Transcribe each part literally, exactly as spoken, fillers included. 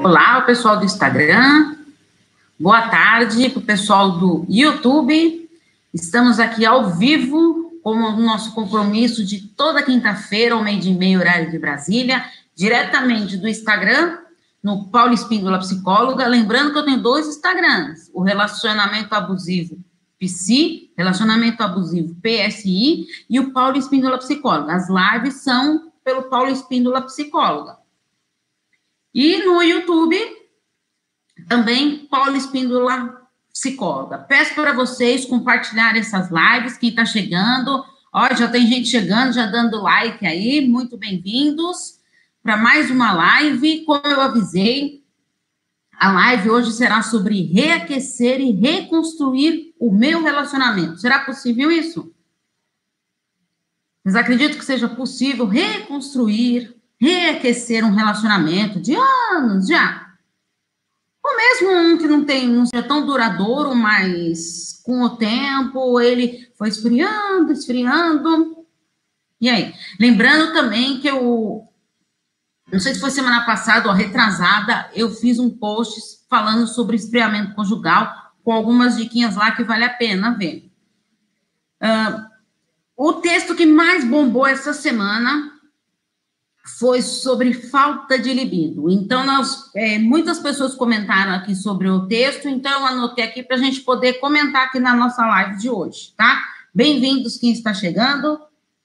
Olá, o pessoal do Instagram. Boa tarde para o pessoal do YouTube. Estamos aqui ao vivo, como o nosso compromisso de toda quinta-feira, ao meio-dia e meio, horário de Brasília, diretamente do Instagram, no Paulo Espíndola Psicóloga. Lembrando que eu tenho dois Instagrams, o Relacionamento Abusivo P S I, Relacionamento Abusivo P S I, e o Paulo Espíndola Psicóloga. As lives são pelo Paulo Espíndola Psicóloga. E no YouTube, também Paulo Espíndola Psicóloga. Peço para vocês compartilharem essas lives, quem está chegando. Ó, já tem gente chegando, já dando like aí, muito bem-vindos para mais uma live. Como eu avisei, a live hoje será sobre reaquecer e reconstruir o meu relacionamento. Será possível isso? Vocês acreditam que seja possível reconstruir, reaquecer um relacionamento de anos já? Ou mesmo um que não tem, não seja tão duradouro, mas com o tempo ele foi esfriando, esfriando. E aí? Lembrando também que eu, não sei se foi semana passada ou retrasada, eu fiz um post falando sobre esfriamento conjugal, com algumas diquinhas lá que vale a pena ver. Uh, o texto que mais bombou essa semana foi sobre falta de libido. Então, nós, é, muitas pessoas comentaram aqui sobre o texto, então eu anotei aqui para a gente poder comentar aqui na nossa live de hoje, tá? Bem-vindos quem está chegando.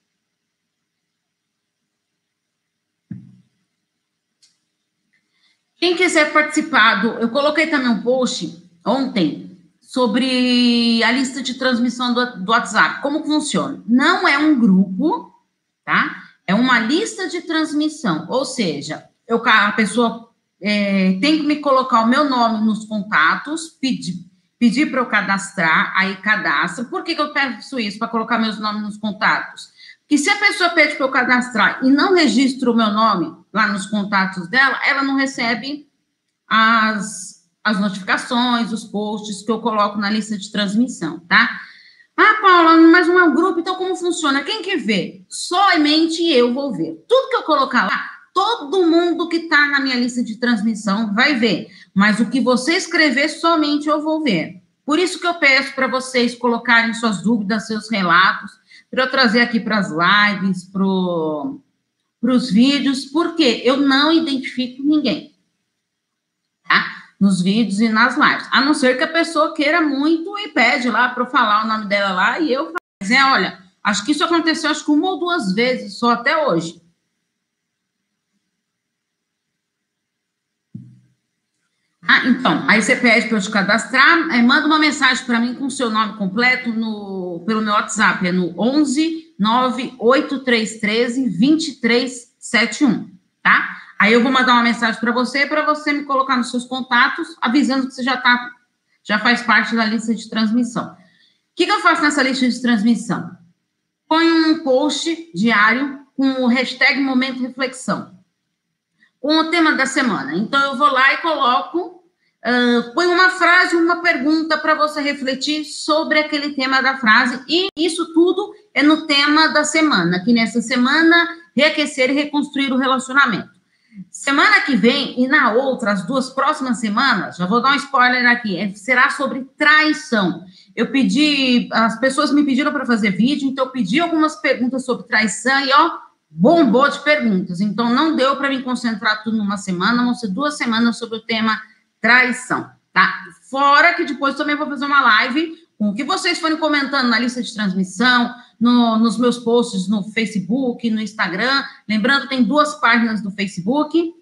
Quem quiser participar, do, eu coloquei também um post ontem sobre a lista de transmissão do, do WhatsApp. Como funciona? Não é um grupo, tá? É uma lista de transmissão, ou seja, eu, a pessoa é, tem que me colocar o meu nome nos contatos, pedir, pedir para eu cadastrar, aí cadastra. Por que, que eu peço isso, para colocar meus nomes nos contatos? Porque se a pessoa pede para eu cadastrar e não registra o meu nome lá nos contatos dela, ela não recebe as, as notificações, os posts que eu coloco na lista de transmissão, tá? Ah, Paula, mas não é um grupo, então como funciona? Quem que vê? Somente eu vou ver. Tudo que eu colocar lá, todo mundo que está na minha lista de transmissão vai ver. Mas o que você escrever, somente eu vou ver. Por isso que eu peço para vocês colocarem suas dúvidas, seus relatos, para eu trazer aqui para as lives, para os vídeos, porque eu não identifico ninguém, tá? Nos vídeos e nas lives, a não ser que a pessoa queira muito e pede lá para eu falar o nome dela lá, e eu falo, é, olha, acho que isso aconteceu, acho que uma ou duas vezes, só até hoje. Ah, então, aí você pede para eu te cadastrar, aí manda uma mensagem para mim com o seu nome completo no, pelo meu WhatsApp, é no onze nove oito três três dois três sete um, tá? Aí eu vou mandar uma mensagem para você, para você me colocar nos seus contatos, avisando que você já tá, já faz parte da lista de transmissão. O que, que eu faço nessa lista de transmissão? Ponho um post diário com o hashtag Momento Reflexão, com o tema da semana. Então, eu vou lá e coloco, uh, ponho uma frase, uma pergunta para você refletir sobre aquele tema da frase, e isso tudo é no tema da semana, que nessa semana, reaquecer e reconstruir o relacionamento. Semana que vem e na outra, as duas próximas semanas, já vou dar um spoiler aqui, é, será sobre traição. Eu pedi, as pessoas me pediram para fazer vídeo, então eu pedi algumas perguntas sobre traição e, ó, bombou de perguntas. Então, não deu para me concentrar tudo numa semana, vão ser duas semanas sobre o tema traição, tá? Fora que depois também vou fazer uma live com o que vocês forem comentando na lista de transmissão, no, nos meus posts no Facebook, no Instagram. Lembrando, tem duas páginas do Facebook,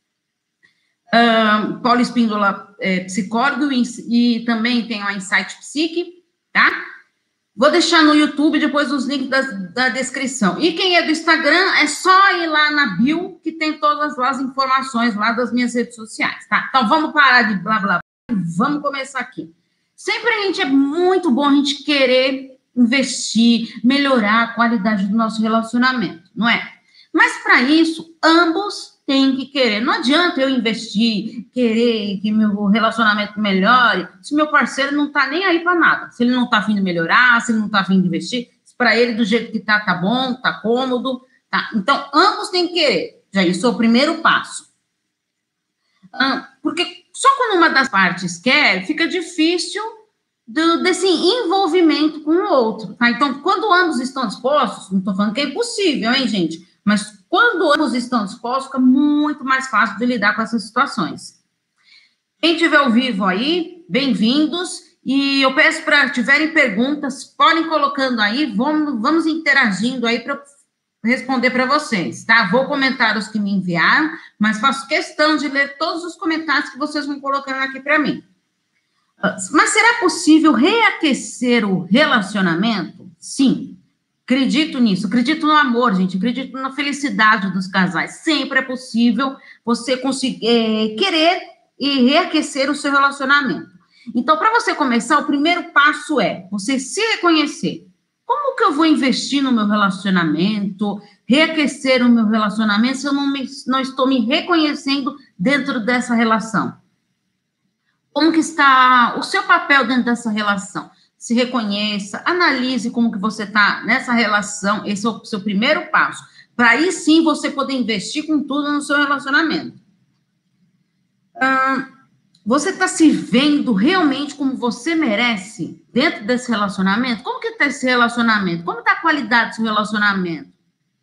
um, Paulo Espíndola é, Psicólogo, e, e também tem a Insight Psique, tá? Vou deixar no YouTube depois os links da, da descrição. E quem é do Instagram, é só ir lá na bio, que tem todas as informações lá das minhas redes sociais, tá? Então, vamos parar de blá, blá, blá, e vamos começar aqui. Sempre a gente, é muito bom a gente querer investir, melhorar a qualidade do nosso relacionamento, não é? Mas, para isso, ambos têm que querer. Não adianta eu investir, querer que meu relacionamento melhore, se meu parceiro não está nem aí para nada. Se ele não está afim de melhorar, se ele não está afim de investir, para ele, do jeito que está, tá bom, tá cômodo, tá? Então, ambos têm que querer. Já isso é o primeiro passo. Ah, porque só quando uma das partes quer, fica difícil do, desse envolvimento com o outro, tá? Então, quando ambos estão dispostos, não estou falando que é impossível, hein, gente? Mas quando ambos estão dispostos, fica muito mais fácil de lidar com essas situações. Quem estiver ao vivo aí, bem-vindos. E eu peço para tiverem perguntas, podem colocando aí, vamos, vamos interagindo aí para responder para vocês, tá? Vou comentar os que me enviaram, mas faço questão de ler todos os comentários que vocês vão colocando aqui para mim. Mas será possível reaquecer o relacionamento? Sim, acredito nisso, acredito no amor, gente, acredito na felicidade dos casais. Sempre é possível você conseguir é, querer e reaquecer o seu relacionamento. Então, para você começar, o primeiro passo é você se reconhecer. Como que eu vou investir no meu relacionamento, reaquecer o meu relacionamento se eu não, me, não estou me reconhecendo dentro dessa relação? Como que está o seu papel dentro dessa relação? Se reconheça, analise como que você está nessa relação, esse é o seu primeiro passo, para aí sim você poder investir com tudo no seu relacionamento. Hum, você está se vendo realmente como você merece dentro desse relacionamento? Como que está esse relacionamento? Como está a qualidade do seu relacionamento?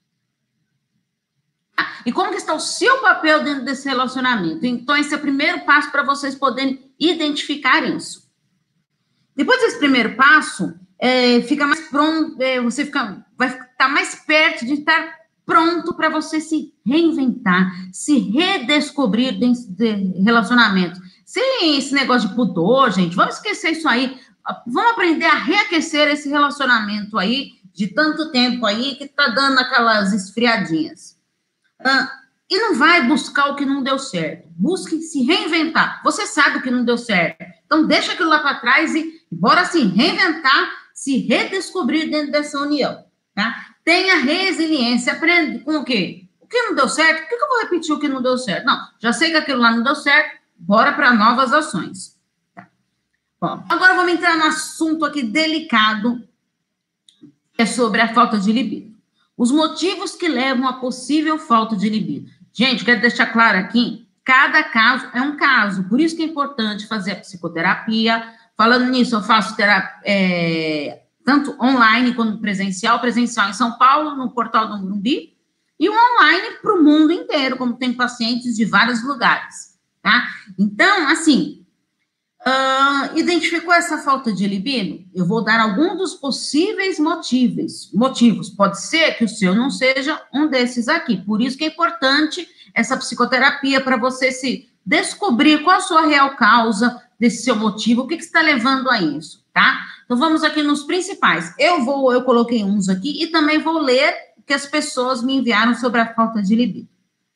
E como que está o seu papel dentro desse relacionamento? Então, esse é o primeiro passo para vocês poderem identificar isso. Depois desse primeiro passo, é, fica mais pronto, é, você fica, vai estar mais perto de estar pronto para você se reinventar, se redescobrir dentro de relacionamento. Sem esse negócio de pudor, gente, vamos esquecer isso aí. Vamos aprender a reaquecer esse relacionamento aí, de tanto tempo aí, que está dando aquelas esfriadinhas. Ah, e não vai buscar o que não deu certo. Busque se reinventar. Você sabe o que não deu certo. Então, deixa aquilo lá para trás e bora se reinventar, se redescobrir dentro dessa união, tá? Tenha resiliência. Aprende com o quê? O que não deu certo? Por que eu vou repetir o que não deu certo? Não, já sei que aquilo lá não deu certo, bora para novas ações. Tá. Bom, agora vamos entrar no assunto aqui delicado, que é sobre a falta de libido. Os motivos que levam à possível falta de libido. Gente, quero deixar claro aqui, cada caso é um caso, por isso que é importante fazer a psicoterapia. Falando nisso, eu faço terapia, é, tanto online quanto presencial, presencial em São Paulo, no Portal do Morumbi, e o online para o mundo inteiro, como tem pacientes de vários lugares, tá? Então, assim, uh, identificou essa falta de libido? Eu vou dar alguns dos possíveis motivos. Motivos. Pode ser que o seu não seja um desses aqui. Por isso que é importante essa psicoterapia para você se descobrir qual a sua real causa desse seu motivo, o que, que está levando a isso, tá? Então, vamos aqui nos principais. Eu vou, eu coloquei uns aqui e também vou ler o que as pessoas me enviaram sobre a falta de libido.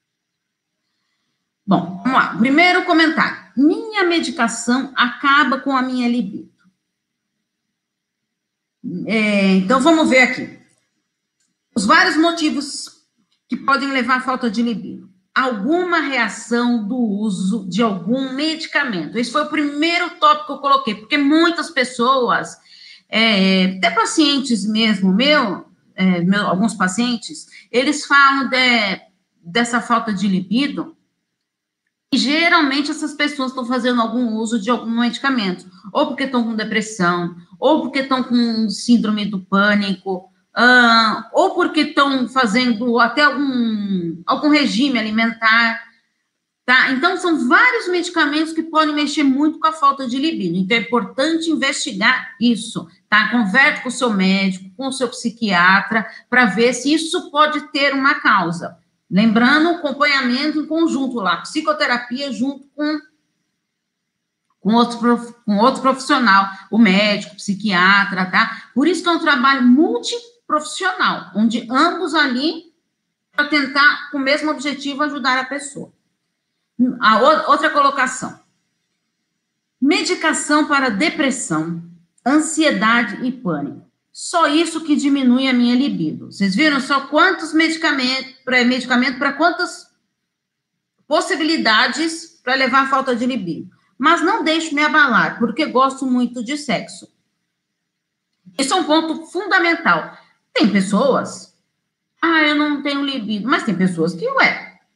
Bom, vamos lá. Primeiro comentário. Minha medicação acaba com a minha libido. É, então, vamos ver aqui. Os vários motivos que podem levar à falta de libido. Alguma reação do uso de algum medicamento. Esse foi o primeiro tópico que eu coloquei, porque muitas pessoas, é, até pacientes mesmo, meu, é, meu, alguns pacientes, eles falam de, dessa falta de libido. E geralmente essas pessoas estão fazendo algum uso de algum medicamento, ou porque estão com depressão, ou porque estão com síndrome do pânico, uh, ou porque estão fazendo até algum, algum regime alimentar, tá? Então, são vários medicamentos que podem mexer muito com a falta de libido. Então, é importante investigar isso, tá? Converse com o seu médico, com o seu psiquiatra, para ver se isso pode ter uma causa. Lembrando, acompanhamento em conjunto lá, psicoterapia junto com, com, outro, com outro profissional, o médico, o psiquiatra, tá? Por isso que é um trabalho multiprofissional, onde ambos ali, para tentar, com o mesmo objetivo, ajudar a pessoa. A outra colocação. Medicação para depressão, ansiedade e pânico. Só isso que diminui a minha libido. Vocês viram só quantos medicamentos, para medicamento, para quantas possibilidades para levar a falta de libido. Mas não deixo me abalar, porque gosto muito de sexo. Isso é um ponto fundamental. Tem pessoas, ah, eu não tenho libido, mas tem pessoas que, ué,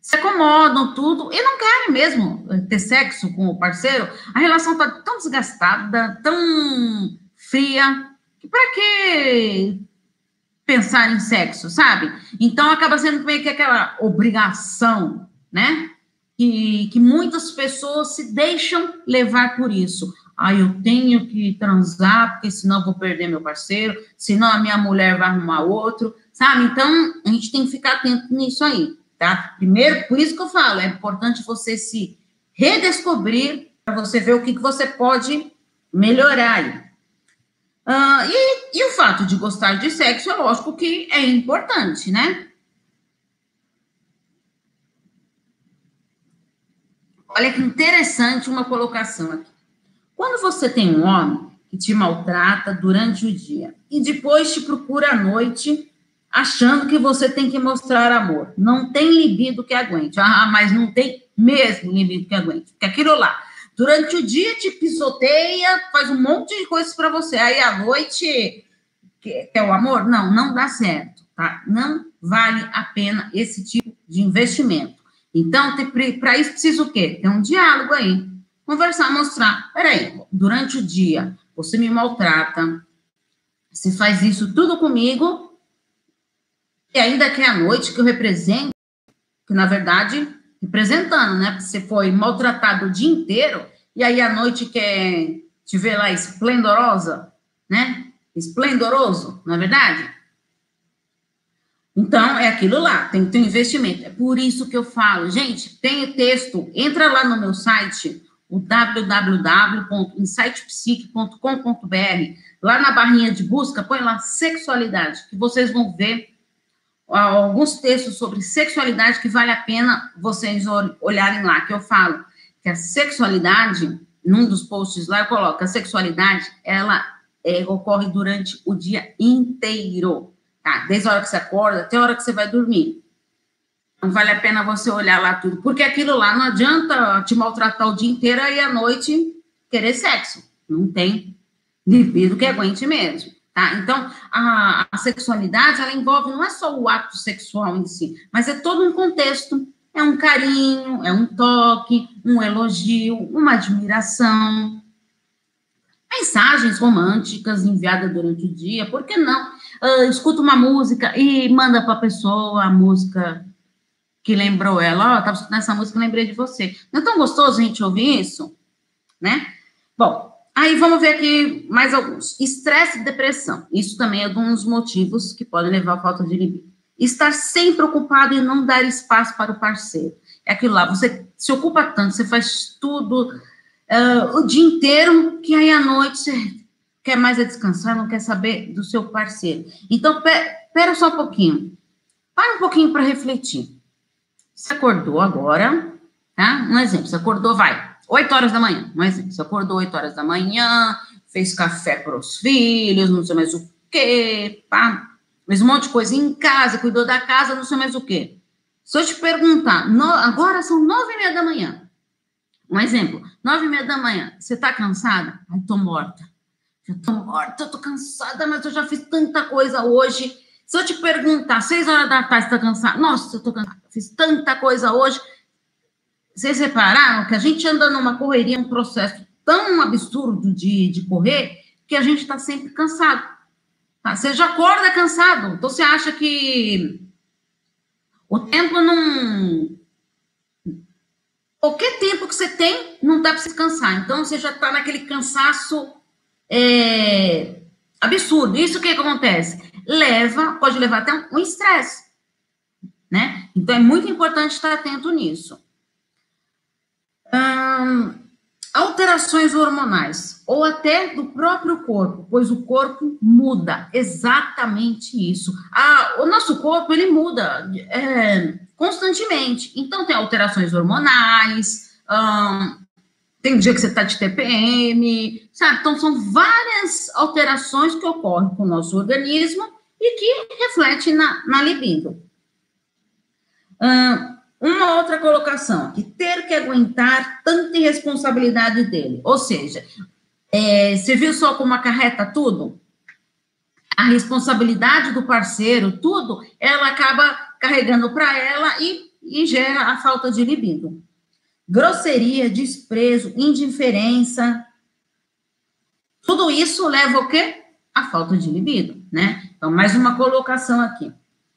se acomodam, tudo, e não querem mesmo ter sexo com o parceiro, a relação está tão desgastada, tão fria, que para que pensar em sexo, sabe? Então, acaba sendo meio que aquela obrigação, né? E que muitas pessoas se deixam levar por isso. Ah, eu tenho que transar, porque senão eu vou perder meu parceiro, senão a minha mulher vai arrumar outro, sabe? Então, a gente tem que ficar atento nisso aí, tá? Primeiro, por isso que eu falo, é importante você se redescobrir, para você ver o que, que você pode melhorar aí. Uh, e, e o fato de gostar de sexo, é lógico que é importante, né? Olha que interessante uma colocação aqui. Quando você tem um homem que te maltrata durante o dia e depois te procura à noite achando que você tem que mostrar amor, não tem libido que aguente. Ah, mas não tem mesmo libido que aguente. Porque aquilo lá, durante o dia te pisoteia, faz um monte de coisas para você. Aí à noite quer o amor? Não, não dá certo, tá? Não vale a pena esse tipo de investimento. Então, para isso precisa o quê? Ter um diálogo aí. Conversar, mostrar. Peraí, durante o dia, você me maltrata, você faz isso tudo comigo, e ainda quer à noite que eu represente, que na verdade, representando, né? Porque você foi maltratado o dia inteiro, e aí à noite quer te ver lá esplendorosa, né? Esplendoroso, não é verdade? Então, é aquilo lá, tem que ter um investimento. É por isso que eu falo, gente, tem texto, entra lá no meu site, o w w w ponto insight psique ponto com ponto b r, lá na barrinha de busca, põe lá sexualidade, que vocês vão ver alguns textos sobre sexualidade que vale a pena vocês olharem lá, que eu falo que a sexualidade, num dos posts lá eu coloco, a sexualidade, ela é, ocorre durante o dia inteiro, tá? Desde a hora que você acorda até a hora que você vai dormir. Não vale a pena você olhar lá tudo, porque aquilo lá não adianta te maltratar o dia inteiro e à noite querer sexo. Não tem libido que aguente mesmo, tá? Então, a, a sexualidade, ela envolve, não é só o ato sexual em si, mas é todo um contexto. É um carinho, é um toque, um elogio, uma admiração. Mensagens românticas enviadas durante o dia, por que não? Uh, escuta uma música e manda para a pessoa a música que lembrou ela, ó, oh, estava escutando essa música e lembrei de você. Não é tão gostoso a gente ouvir isso? Né? Bom, aí vamos ver aqui mais alguns. Estresse e depressão. Isso também é um dos motivos que podem levar à falta de libido. Estar sempre ocupado e não dar espaço para o parceiro. É aquilo lá, você se ocupa tanto, você faz tudo uh, o dia inteiro, que aí à noite você quer mais é descansar, não quer saber do seu parceiro. Então, espera só um pouquinho. Para um pouquinho para refletir. Você acordou agora, tá? Um exemplo, você acordou, vai, oito horas da manhã, um exemplo. Você acordou oito horas da manhã, fez café para os filhos, não sei mais o quê, pá, fez um monte de coisa em casa, cuidou da casa, não sei mais o quê. Se eu te perguntar, no, agora são nove e meia da manhã, um exemplo, nove e meia da manhã, você tá cansada? Ai, tô morta. Já tô morta, eu tô cansada, mas eu já fiz tanta coisa hoje. Se eu te perguntar, seis horas da tarde, você tá cansada? Nossa, eu tô cansada, fiz tanta coisa hoje. Vocês repararam que a gente anda numa correria, um processo tão absurdo de, de correr, que a gente tá sempre cansado. Tá? Você já acorda cansado, então você acha que o tempo não... Qualquer tempo que você tem, não dá para se cansar. Então, você já tá naquele cansaço é, absurdo. Isso que acontece? Leva, pode levar até um estresse, né? Então, é muito importante estar atento nisso. Hum, alterações hormonais, ou até do próprio corpo, pois o corpo muda, exatamente isso. Ah, o nosso corpo, ele muda é, constantemente. Então, tem alterações hormonais, hum, tem dia que você está de T P M, sabe? Então, são várias alterações que ocorrem com o nosso organismo e que refletem na, na libido. Hum, uma outra colocação aqui, ter que aguentar tanta irresponsabilidade dele. Ou seja, é, você viu só como acarreta tudo? A responsabilidade do parceiro, tudo, ela acaba carregando para ela e, e gera a falta de libido. Grosseria, desprezo, indiferença, tudo isso leva o quê? A falta de libido, né? Então, mais uma colocação aqui.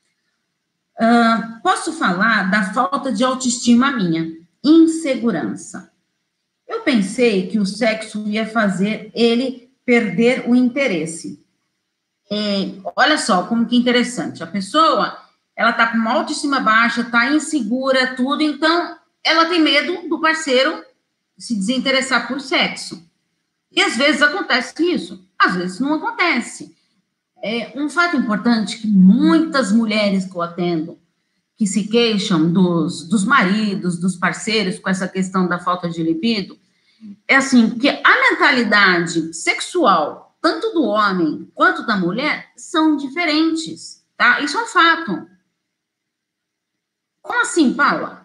Uh, posso falar da falta de autoestima minha, insegurança. Eu pensei que o sexo ia fazer ele perder o interesse. E, olha só como que interessante. A pessoa, ela tá com uma autoestima baixa, tá insegura, tudo, então ela tem medo do parceiro se desinteressar por sexo. E às vezes acontece isso, às vezes não acontece. É um fato importante que muitas mulheres que eu atendo, que se queixam dos, dos maridos, dos parceiros, com essa questão da falta de libido, é assim, que a mentalidade sexual, tanto do homem quanto da mulher, são diferentes, tá? Isso é um fato. Como assim, Paula?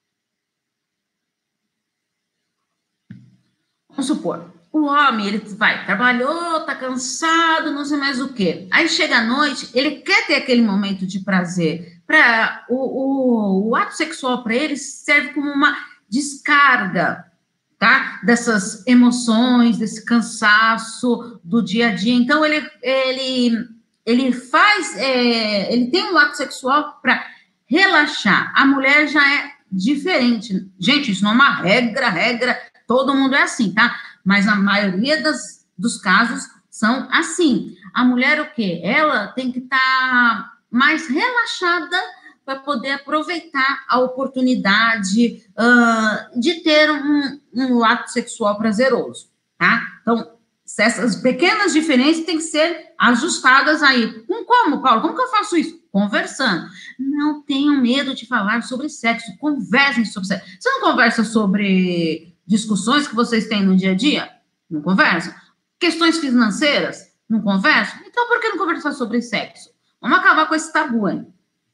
Vamos supor, o homem, ele vai, trabalhou, tá cansado, não sei mais o quê. Aí chega à noite, ele quer ter aquele momento de prazer. Pra, o, o, o ato sexual para ele serve como uma descarga, tá? Dessas emoções, desse cansaço do dia a dia. Então, ele, ele, ele faz, é, ele tem um ato sexual para relaxar. A mulher já é diferente. Gente, isso não é uma regra, regra, todo mundo é assim, tá? Mas a maioria das, dos casos são assim. A mulher, o quê? Ela tem que estar tá mais relaxada para poder aproveitar a oportunidade uh, de ter um, um ato sexual prazeroso, tá? Então, essas pequenas diferenças têm que ser ajustadas aí. Com como, Paulo? Como que eu faço isso? Conversando. Não tenham medo de falar sobre sexo. Conversem sobre sexo. Você não conversa sobre discussões que vocês têm no dia a dia? Não conversam? Questões financeiras? Não conversam? Então, por que não conversar sobre sexo? Vamos acabar com esse tabu aí.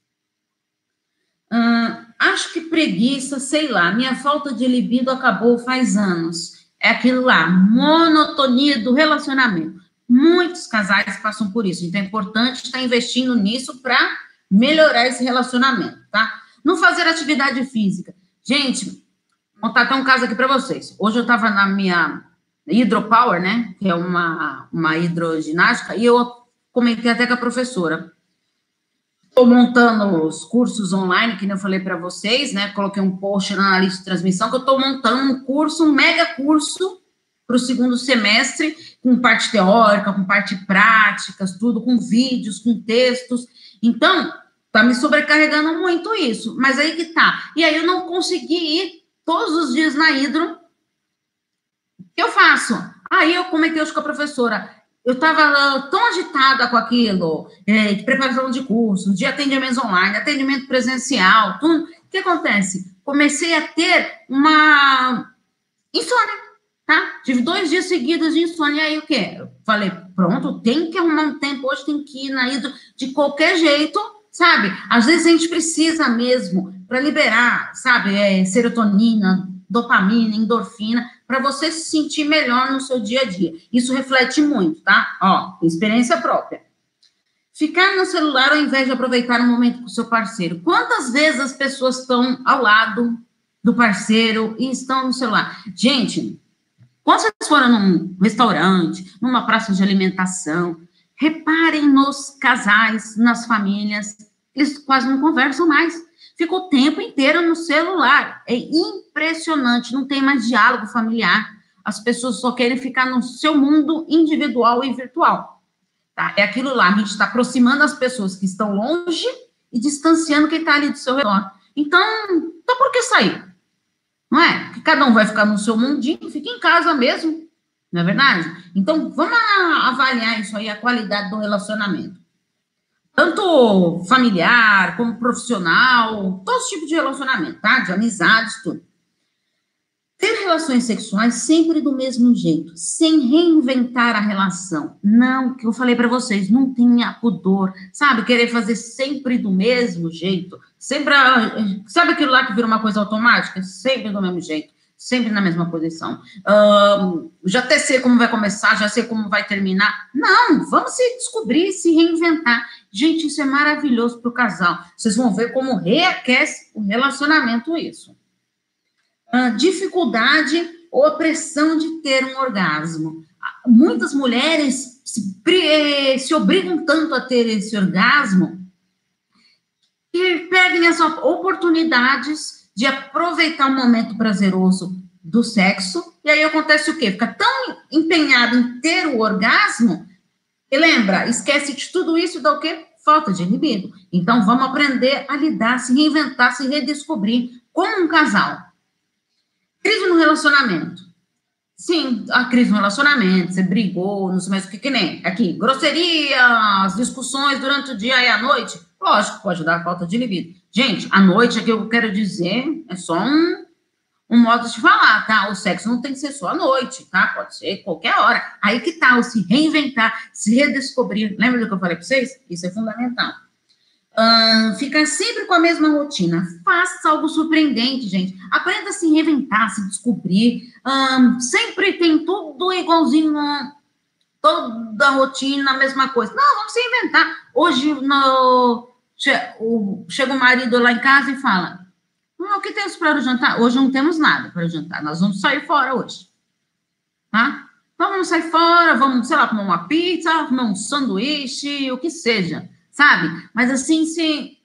Hum, acho que preguiça, sei lá, minha falta de libido acabou faz anos. É aquilo lá, monotonia do relacionamento. Muitos casais passam por isso, então é importante estar investindo nisso para melhorar esse relacionamento, tá? Não fazer atividade física. Gente, vou contar até um caso aqui para vocês. Hoje eu estava na minha Hydropower, né, que é uma, uma hidroginástica, e eu comentei até com a professora. Estou montando os cursos online, que nem eu falei para vocês, né? Coloquei um post na analista de transmissão, que eu estou montando um curso, um mega curso para o segundo semestre, com parte teórica, com parte práticas, tudo, com vídeos, com textos. Então, tá me sobrecarregando muito isso. Mas aí que tá. E aí eu não consegui ir todos os dias na Hidro. O que eu faço? Aí eu comentei hoje com a professora. Eu estava tão agitada com aquilo, é, de preparação de curso, de atendimento online, atendimento presencial, tudo. O que acontece? Comecei a ter uma insônia, tá? Tive dois dias seguidos de insônia, e aí o quê? Eu falei, pronto, tem que arrumar um tempo, hoje tem que ir na Hidro de qualquer jeito, sabe? Às vezes a gente precisa mesmo para liberar, sabe, é, serotonina, dopamina, endorfina, para você se sentir melhor no seu dia a dia. Isso reflete muito, tá? Ó, experiência própria. Ficar no celular ao invés de aproveitar o momento com o seu parceiro. Quantas vezes as pessoas estão ao lado do parceiro e estão no celular? Gente, quando vocês foram num restaurante, numa praça de alimentação, reparem nos casais, nas famílias, eles quase não conversam mais. Fica o tempo inteiro no celular. É impressionante, não tem mais diálogo familiar. As pessoas só querem ficar no seu mundo individual e virtual. Tá? É aquilo lá, a gente está aproximando as pessoas que estão longe e distanciando quem está ali do seu redor. Então, então por que sair? Não é? Porque cada um vai ficar no seu mundinho, fica em casa mesmo, não é verdade? Então, vamos avaliar isso aí, a qualidade do relacionamento. Tanto familiar, como profissional, todo tipo de relacionamento, tá? De amizades, tudo. Ter relações sexuais sempre do mesmo jeito, sem reinventar a relação. Não, que eu falei para vocês, não tenha pudor, sabe? Querer fazer sempre do mesmo jeito. Sempre, sabe aquilo lá que vira uma coisa automática? Sempre do mesmo jeito. sempre na mesma posição. Uh, já até sei como vai começar, já sei como vai terminar. Não, vamos se descobrir, se reinventar. Gente, isso é maravilhoso para o casal. Vocês vão ver como reaquece o relacionamento isso. Uh, dificuldade ou a pressão de ter um orgasmo. Muitas mulheres se, se obrigam tanto a ter esse orgasmo que perdem as oportunidades de aproveitar o momento prazeroso do sexo, e aí acontece o quê? Fica tão empenhado em ter o orgasmo, e lembra, esquece de tudo isso e dá o quê? Falta de libido. Então, vamos aprender a lidar, se reinventar, se redescobrir como um casal. Crise no relacionamento. Sim, a crise no relacionamento, você brigou, não sei mais o que, que nem aqui, grosserias, discussões durante o dia e à noite, lógico, pode dar falta de libido. Gente, à noite, aqui eu quero dizer, é só um, um modo de falar, tá? O sexo não tem que ser só à noite, tá? Pode ser qualquer hora. Aí que tal se reinventar, se redescobrir. Lembra do que eu falei para vocês? Isso é fundamental. Uh, ficar sempre com a mesma rotina. Faça algo surpreendente, gente. Aprenda a se reinventar, a se descobrir. Uh, sempre tem tudo igualzinho, toda a rotina, a mesma coisa. Não, vamos se inventar. Hoje, no, che, o, chega o marido lá em casa e fala, o que temos para o jantar? Hoje não temos nada para o jantar. Nós vamos sair fora hoje. Tá? Então, vamos sair fora, vamos, sei lá, comer uma pizza, comer um sanduíche, o que seja. Sabe? Mas assim, se,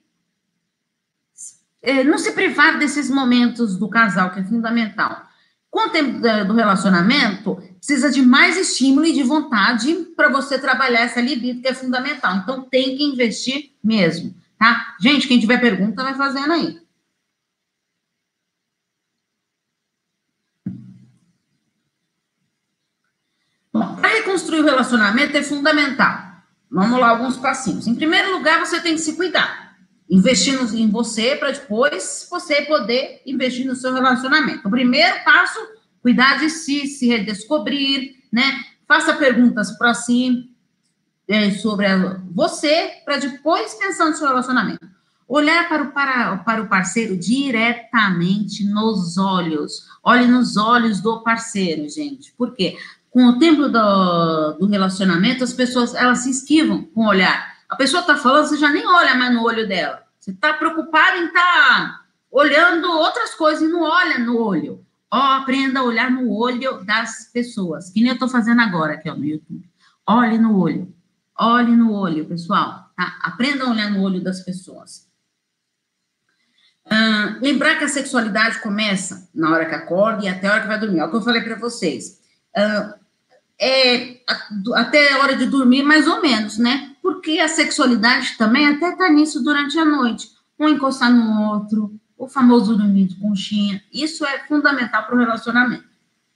não se privar desses momentos do casal, que é fundamental. Com o tempo do relacionamento, precisa de mais estímulo e de vontade para você trabalhar essa libido, que é fundamental. Então, tem que investir mesmo, tá? Gente, quem tiver pergunta, vai fazendo aí. Bom, para reconstruir o relacionamento é fundamental. Vamos lá, alguns passinhos. Em primeiro lugar, você tem que se cuidar. Investir em você para depois você poder investir no seu relacionamento. O primeiro passo, cuidar de si, se redescobrir, né? Faça perguntas para si é, sobre você para depois pensar no seu relacionamento. Olhar para o, para, para o parceiro diretamente nos olhos. Olhe nos olhos do parceiro, gente. Por quê? Com o tempo do, do relacionamento, as pessoas, elas se esquivam com o olhar. A pessoa está falando, você já nem olha mais no olho dela. Você está preocupado em estar tá olhando outras coisas e não olha no olho. Ó, aprenda a olhar no olho das pessoas, que nem eu estou fazendo agora aqui ó, no YouTube. Olhe no olho. Olhe no olho, pessoal. Tá? Aprenda a olhar no olho das pessoas. Ah, lembrar que a sexualidade começa na hora que acorda e até a hora que vai dormir. É o que eu falei para vocês. Ah, É, até a hora de dormir, mais ou menos, né? Porque a sexualidade também até tá nisso durante a noite. Um encostar no outro, o famoso dormir de conchinha. Isso é fundamental para o relacionamento.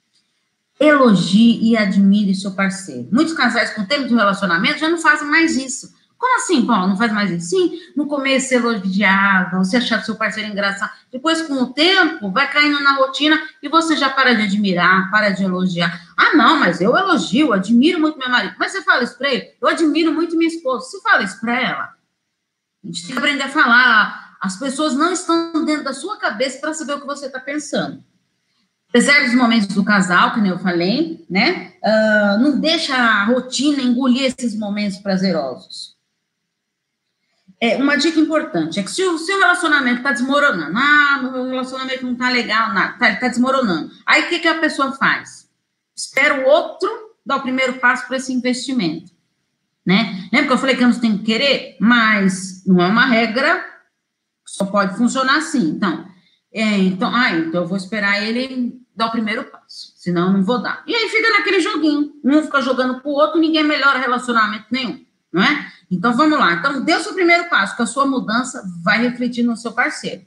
Elogie e admire seu parceiro. Muitos casais com o tempo de relacionamento já não fazem mais isso. Como assim, Paulo? Não faz mais isso? Sim, no começo você elogiava, você achava seu parceiro engraçado. Depois, com o tempo, vai caindo na rotina e você já para de admirar, para de elogiar. Ah, não, mas eu elogio, admiro muito meu marido. Mas você fala isso para ele? Eu admiro muito minha esposa. Você fala isso para ela? A gente tem que aprender a falar. As pessoas não estão dentro da sua cabeça para saber o que você está pensando. Preserve os momentos do casal, que nem eu falei, né? Uh, não deixa a rotina engolir esses momentos prazerosos. É, uma dica importante é que se o seu relacionamento está desmoronando, ah, meu relacionamento não está legal, nada, está tá desmoronando. Aí o que, que a pessoa faz? Espera o outro dar o primeiro passo para esse investimento, né? Lembra que eu falei que ambos têm que querer? Mas não é uma regra, só pode funcionar assim. Então, é, então, ah, então eu vou esperar ele dar o primeiro passo, senão eu não vou dar. E aí fica naquele joguinho, um fica jogando pro outro, ninguém melhora relacionamento nenhum, não é? Então, vamos lá. Então, dê o seu primeiro passo, que a sua mudança vai refletir no seu parceiro.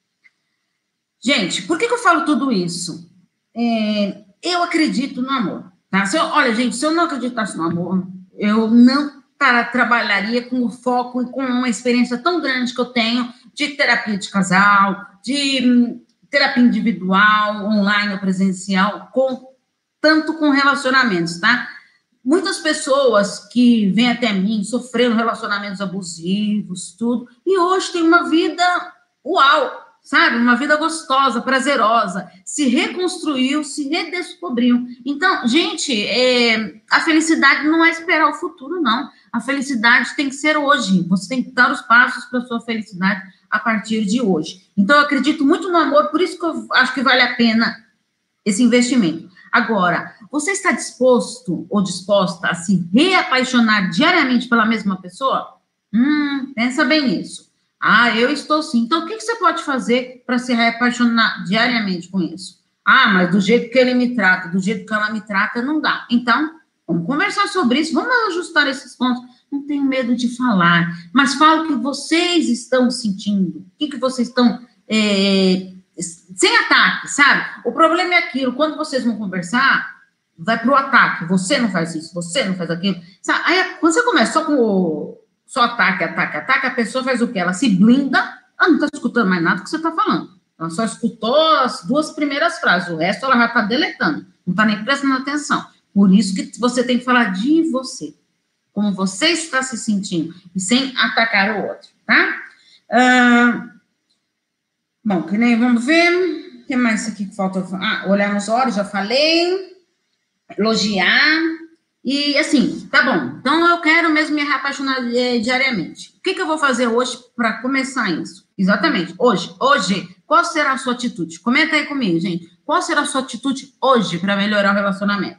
Gente, por que, que eu falo tudo isso? É, eu acredito no amor, tá? Se eu, olha, gente, se eu não acreditasse no amor, eu não tá, trabalharia com o foco e com uma experiência tão grande que eu tenho de terapia de casal, de hum, terapia individual, online ou presencial, com, tanto com relacionamentos, tá? Muitas pessoas que vêm até mim sofreram relacionamentos abusivos, tudo, e hoje tem uma vida uau, sabe? Uma vida gostosa, prazerosa, se reconstruiu, se redescobriu. Então, gente, é, a felicidade não é esperar o futuro, não. A felicidade tem que ser hoje. Você tem que dar os passos para a sua felicidade a partir de hoje. Então, eu acredito muito no amor, por isso que eu acho que vale a pena esse investimento. Agora, você está disposto ou disposta a se reapaixonar diariamente pela mesma pessoa? Hum, pensa bem nisso. Ah, eu estou sim. Então, o que você pode fazer para se reapaixonar diariamente com isso? Ah, mas do jeito que ele me trata, do jeito que ela me trata, não dá. Então, vamos conversar sobre isso, vamos ajustar esses pontos. Não tenho medo de falar, mas fala o que vocês estão sentindo, o que, que vocês estão... É, sem ataque, sabe? O problema é aquilo, quando vocês vão conversar, vai para o ataque, você não faz isso, você não faz aquilo. Sabe? Aí, quando você começa só com o só ataque, ataque, ataque, a pessoa faz o quê? Ela se blinda, ela não está escutando mais nada que você está falando. Ela só escutou as duas primeiras frases, o resto ela já está deletando, não está nem prestando atenção. Por isso que você tem que falar de você, como você está se sentindo, e sem atacar o outro, tá? Ah, bom, que nem, vamos ver, o que mais aqui que falta? Ah, olhar nos olhos, já falei, elogiar, e assim, tá bom, então eu quero mesmo me apaixonar diariamente. O que, que eu vou fazer hoje para começar isso? Exatamente, hoje, hoje, qual será a sua atitude? Comenta aí comigo, gente, qual será a sua atitude hoje para melhorar o relacionamento?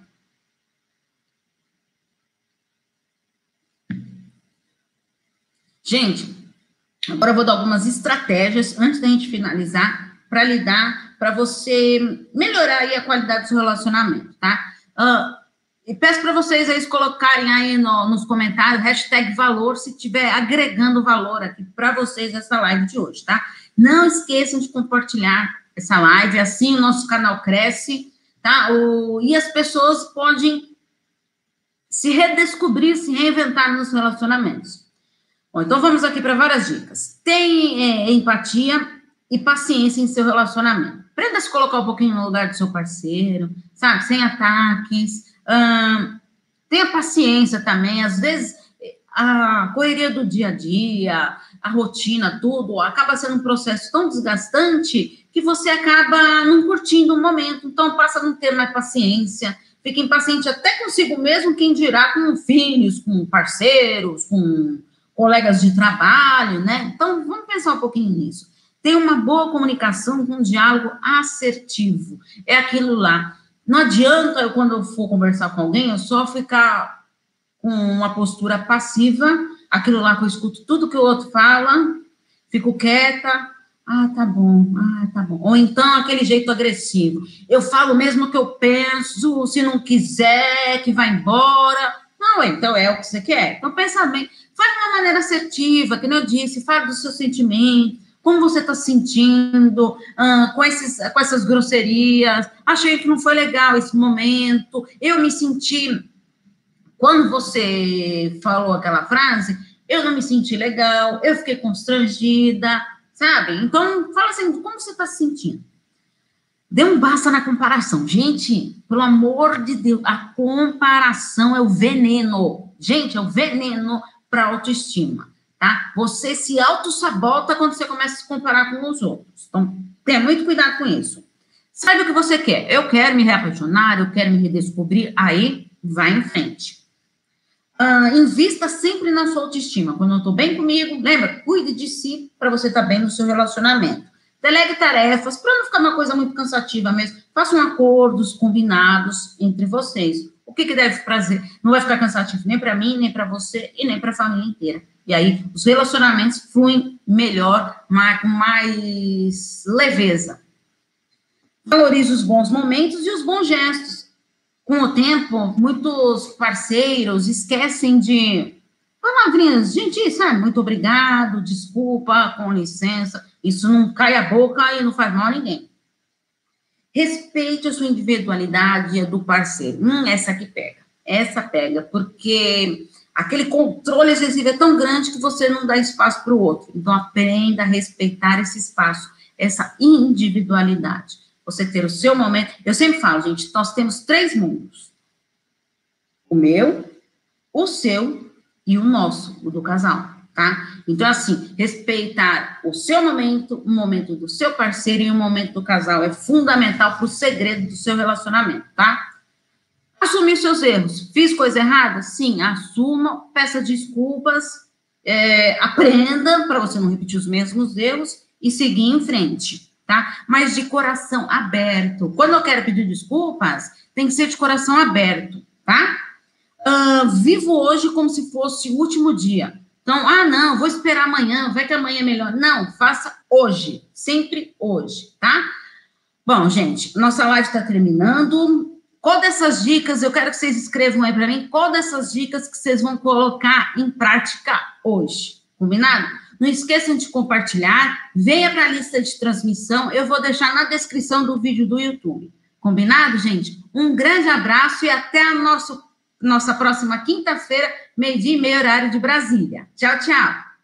Gente, agora eu vou dar algumas estratégias, antes da gente finalizar, para lidar, para você melhorar aí a qualidade do seu relacionamento, tá? Uh, e peço para vocês aí colocarem aí no, nos comentários, hashtag valor, se estiver agregando valor aqui para vocês essa live de hoje, tá? Não esqueçam de compartilhar essa live, assim o nosso canal cresce, tá? O, e as pessoas podem se redescobrir, se reinventar nos relacionamentos. Bom, então vamos aqui para várias dicas. Tenha é, empatia e paciência em seu relacionamento. Aprenda a se colocar um pouquinho no lugar do seu parceiro, sabe? Sem ataques. Hum, tenha paciência também. Às vezes, a correria do dia a dia, a rotina, tudo, acaba sendo um processo tão desgastante que você acaba não curtindo o momento. Então, passa a não ter mais paciência. Fica impaciente até consigo mesmo, quem dirá com filhos, com parceiros, com colegas de trabalho, né? Então, vamos pensar um pouquinho nisso. Tem uma boa comunicação com um diálogo assertivo. É aquilo lá. Não adianta eu, quando eu for conversar com alguém, eu só ficar com uma postura passiva, aquilo lá que eu escuto tudo que o outro fala, fico quieta, ah, tá bom, ah, tá bom. Ou então, aquele jeito agressivo. Eu falo mesmo o que eu penso, se não quiser, que vai embora. Não, então é o que você quer. Então, pensa bem. Fale de uma maneira assertiva, que nem eu disse, fale dos seus sentimentos, como você está se sentindo, ah, com, esses, com essas grosserias, achei que não foi legal esse momento, eu me senti, quando você falou aquela frase, eu não me senti legal, eu fiquei constrangida, sabe? Então, fala assim, como você está se sentindo? Dê um basta na comparação. Gente, pelo amor de Deus, a comparação é o veneno. Gente, é o veneno para autoestima, tá? Você se autossabota quando você começa a se comparar com os outros. Então, tenha muito cuidado com isso. Sabe o que você quer? Eu quero me reapaixonar, eu quero me redescobrir, aí vai em frente. Uh, invista sempre na sua autoestima. Quando eu estou bem comigo, lembra, cuide de si para você estar bem no seu relacionamento. Delegue tarefas, para não ficar uma coisa muito cansativa mesmo. Façam acordos combinados entre vocês. O que, que deve fazer? Não vai ficar cansativo nem para mim, nem para você e nem para a família inteira. E aí, os relacionamentos fluem melhor, mais, com mais leveza. Valorize os bons momentos e os bons gestos. Com o tempo, muitos parceiros esquecem de palavrinhas gentis, sabe? Muito obrigado, desculpa, com licença. Isso não cai a boca e não faz mal a ninguém. Respeite a sua individualidade e a do parceiro. Hum, essa aqui pega. Essa pega, porque aquele controle excessivo é tão grande que você não dá espaço para o outro. Então, aprenda a respeitar esse espaço, essa individualidade. Você ter o seu momento. Eu sempre falo, gente, nós temos três mundos. O meu, o seu e o nosso, o do casal. tá? Então, assim, respeitar o seu momento, o momento do seu parceiro e o momento do casal é fundamental para o segredo do seu relacionamento, tá? Assumir seus erros. Fiz coisa errada? Sim, assuma, peça desculpas, é, aprenda para você não repetir os mesmos erros e seguir em frente, tá? Mas de coração aberto. Quando eu quero pedir desculpas, tem que ser de coração aberto, tá? Uh, vivo hoje como se fosse o último dia. Então, ah, não, vou esperar amanhã, vai que amanhã é melhor. Não, faça hoje, sempre hoje, tá? Bom, gente, nossa live está terminando. Qual dessas dicas, eu quero que vocês escrevam aí para mim, qual dessas dicas que vocês vão colocar em prática hoje, combinado? Não esqueçam de compartilhar, venha para a lista de transmissão, eu vou deixar na descrição do vídeo do YouTube. Combinado, gente? Um grande abraço e até a nosso, nossa próxima quinta-feira, meio-dia e meio, horário de Brasília. Tchau, tchau!